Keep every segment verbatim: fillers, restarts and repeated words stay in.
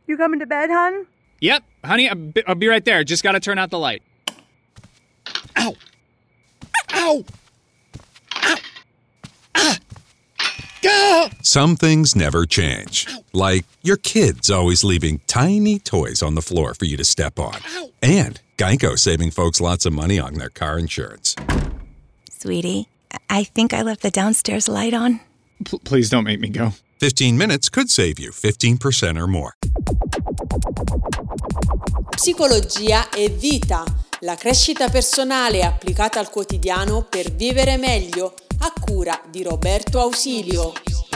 You coming to bed, hon? Yep, honey, I'll be, I'll be right there. Just gotta turn out the light. Ow! Ow! Ow! Ah! Ah! Some things never change. Like your kids always leaving tiny toys on the floor for you to step on. And Geico saving folks lots of money on their car insurance. Sweetie, I think I left the downstairs light on. P- please don't make me go. fifteen minutes could save you fifteen percent or more. Psicologia e vita, la crescita personale applicata al quotidiano per vivere meglio, a cura di Roberto Ausilio.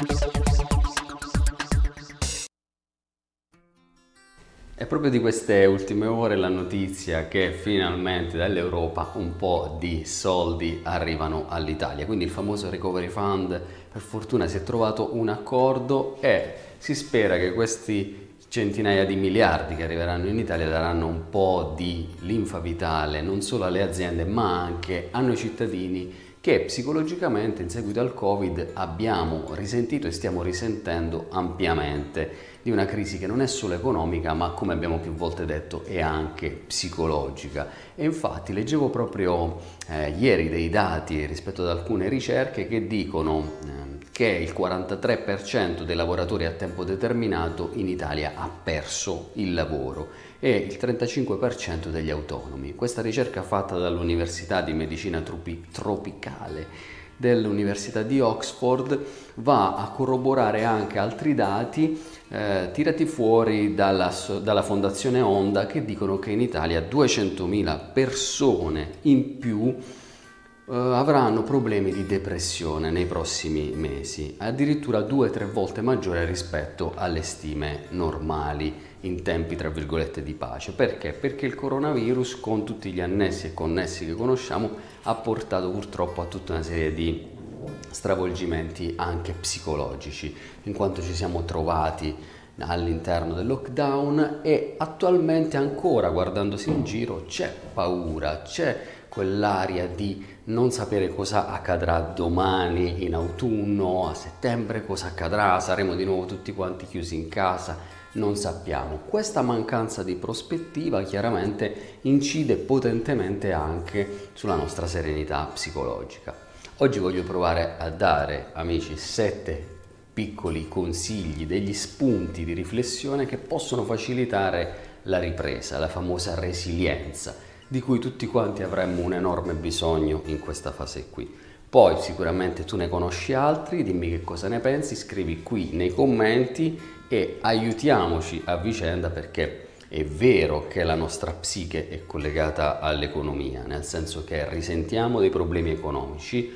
È proprio di queste ultime ore la notizia che finalmente dall'Europa un po' di soldi arrivano all'Italia, quindi il famoso Recovery Fund per fortuna si è trovato un accordo e si spera che questi centinaia di miliardi che arriveranno in Italia daranno un po' di linfa vitale non solo alle aziende ma anche a noi cittadini che psicologicamente in seguito al Covid abbiamo risentito e stiamo risentendo ampiamente di una crisi che non è solo economica ma, come abbiamo più volte detto, è anche psicologica. E infatti leggevo proprio eh, ieri dei dati rispetto ad alcune ricerche che dicono eh, che il quarantatré per cento dei lavoratori a tempo determinato in Italia ha perso il lavoro e il trentacinque per cento degli autonomi. Questa ricerca fatta dall'Università di Medicina Tropi- Tropicale dell'Università di Oxford va a corroborare anche altri dati eh, tirati fuori dalla, dalla Fondazione Onda che dicono che in Italia duecentomila persone in più Uh, avranno problemi di depressione nei prossimi mesi, addirittura due o tre volte maggiore rispetto alle stime normali in tempi tra virgolette di pace. Perché? Perché il coronavirus, con tutti gli annessi e connessi che conosciamo, ha portato purtroppo a tutta una serie di stravolgimenti anche psicologici, in quanto ci siamo trovati all'interno del lockdown e attualmente ancora guardandosi in giro c'è paura, c'è quell'aria di non sapere cosa accadrà domani in autunno, a settembre cosa accadrà, saremo di nuovo tutti quanti chiusi in casa, non sappiamo. Questa mancanza di prospettiva chiaramente incide potentemente anche sulla nostra serenità psicologica. Oggi voglio provare a dare, amici, sette piccoli consigli, degli spunti di riflessione che possono facilitare la ripresa, la famosa resilienza, di cui tutti quanti avremmo un enorme bisogno in questa fase qui. Poi sicuramente tu ne conosci altri, dimmi che cosa ne pensi, scrivi qui nei commenti e aiutiamoci a vicenda, perché è vero che la nostra psiche è collegata all'economia, nel senso che risentiamo dei problemi economici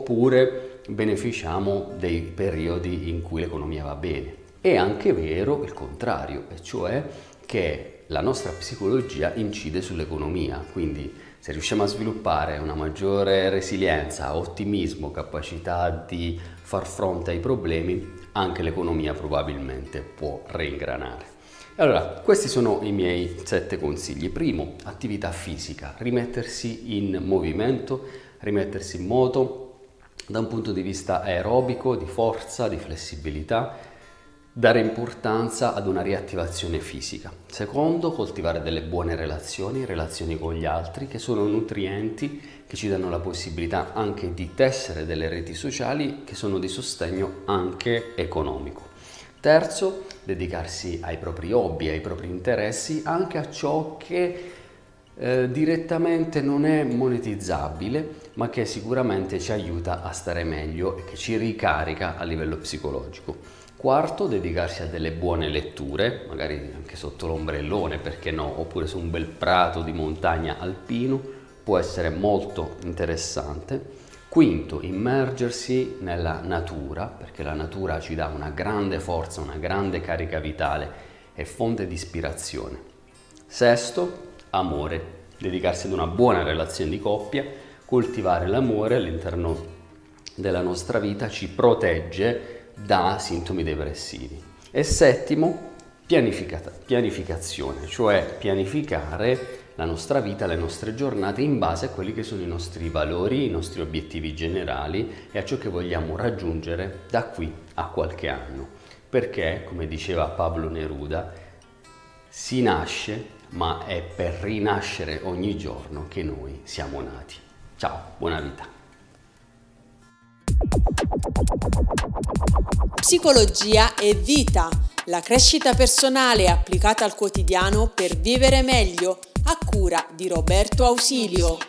oppure beneficiamo dei periodi in cui l'economia va bene. È anche vero il contrario, e cioè che la nostra psicologia incide sull'economia, quindi se riusciamo a sviluppare una maggiore resilienza, ottimismo, capacità di far fronte ai problemi, anche l'economia probabilmente può reingranare. Allora, questi sono i miei sette consigli. Primo, attività fisica, rimettersi in movimento, rimettersi in moto da un punto di vista aerobico, di forza, di flessibilità, dare importanza ad una riattivazione fisica. Secondo, coltivare delle buone relazioni, relazioni con gli altri, che sono nutrienti, che ci danno la possibilità anche di tessere delle reti sociali che sono di sostegno anche economico. Terzo, dedicarsi ai propri hobby, ai propri interessi, anche a ciò che eh, direttamente non è monetizzabile, ma che sicuramente ci aiuta a stare meglio e che ci ricarica a livello psicologico. Quarto, dedicarsi a delle buone letture, magari anche sotto l'ombrellone, perché no, oppure su un bel prato di montagna alpino, può essere molto interessante. Quinto, immergersi nella natura, perché la natura ci dà una grande forza, una grande carica vitale e fonte di ispirazione. Sesto, amore, dedicarsi ad una buona relazione di coppia, coltivare l'amore all'interno della nostra vita ci protegge da sintomi depressivi. E settimo, pianifica- pianificazione, cioè pianificare la nostra vita, le nostre giornate in base a quelli che sono i nostri valori, i nostri obiettivi generali e a ciò che vogliamo raggiungere da qui a qualche anno. Perché, come diceva Pablo Neruda, Si nasce, ma è per rinascere ogni giorno che noi siamo nati. Ciao, buona vita. Psicologia e vita, la crescita personale applicata al quotidiano per vivere meglio, a cura di Roberto Ausilio.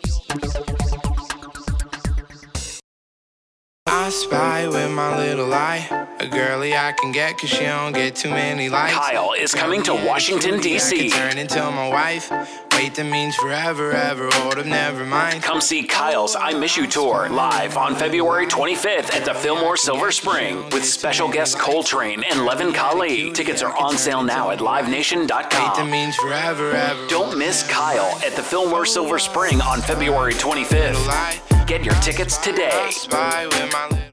I spy with my little eye, a girly I can get cause she don't get too many likes. Kyle is coming to Washington, D C. Turn into my wife. Wait, that means forever, ever, hold up, never mind. Come see Kyle's I Miss You tour live on February twenty-fifth at the Fillmore Silver Spring with special guests Coltrane and Levin Kali. Tickets are on sale now at live nation dot com. Wait, that means forever, ever. Don't miss Kyle at the Fillmore Silver Spring on February twenty-fifth. Get your tickets today. I spy with my little